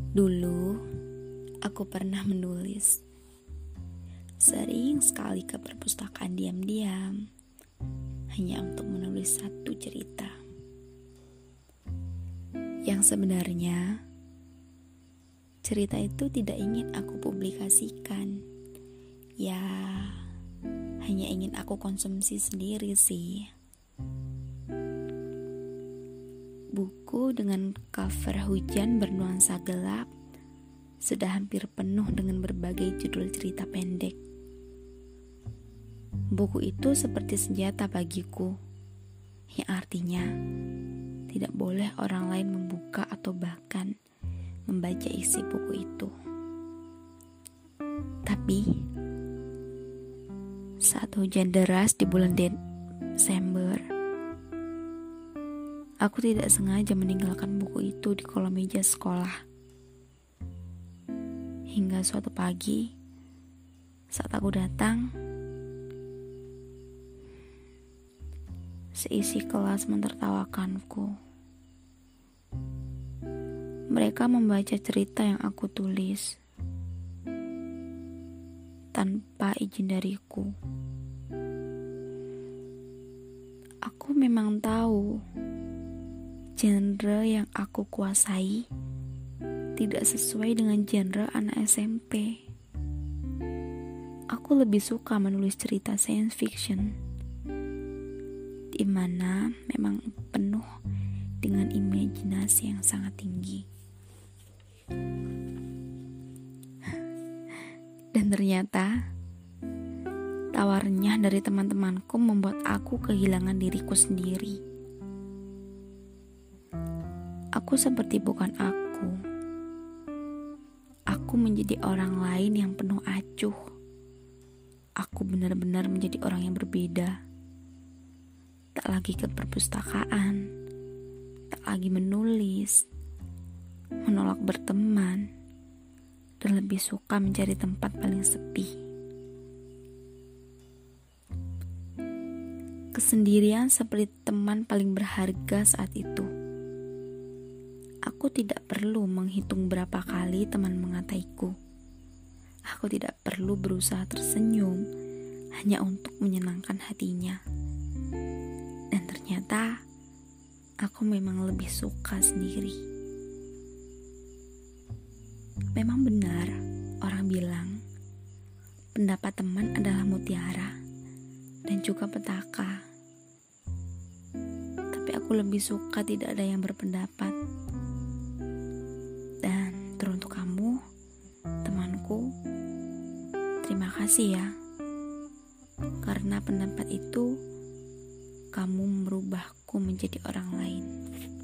Dulu, aku pernah menulis. Sering sekali ke perpustakaan diam-diam, hanya untuk menulis satu cerita. Yang sebenarnya, cerita itu tidak ingin aku publikasikan. Ya, hanya ingin aku konsumsi sendiri sih. Buku dengan cover hujan bernuansa gelap sudah hampir penuh dengan berbagai judul cerita pendek. Buku itu seperti senjata bagiku, yang artinya tidak boleh orang lain membuka atau bahkan membaca isi buku itu. Tapi saat hujan deras di bulan Desember, aku tidak sengaja meninggalkan buku itu di kolong meja sekolah. Hingga suatu pagi, saat aku datang, seisi kelas mentertawakanku. Mereka membaca cerita yang aku tulis tanpa izin dariku. Aku memang tahu genre yang aku kuasai tidak sesuai dengan genre anak SMP. Aku lebih suka menulis cerita science fiction, di mana memang penuh dengan imajinasi yang sangat tinggi. Dan ternyata tawarnya dari teman-temanku membuat aku kehilangan diriku sendiri. Aku seperti bukan aku. Aku menjadi orang lain yang penuh acuh. Aku benar-benar menjadi orang yang berbeda. Tak lagi ke perpustakaan, tak lagi menulis, menolak berteman, dan lebih suka mencari tempat paling sepi. Kesendirian seperti teman paling berharga saat itu. Aku tidak perlu menghitung berapa kali teman mengataiku. Aku tidak perlu berusaha tersenyum hanya untuk menyenangkan hatinya. Dan ternyata aku memang lebih suka sendiri. Memang benar orang bilang pendapat teman adalah mutiara dan juga petaka. Tapi aku lebih suka tidak ada yang berpendapat. Dan teruntuk kamu, temanku, terima kasih ya. Karena pendapat itu, kamu merubahku menjadi orang lain.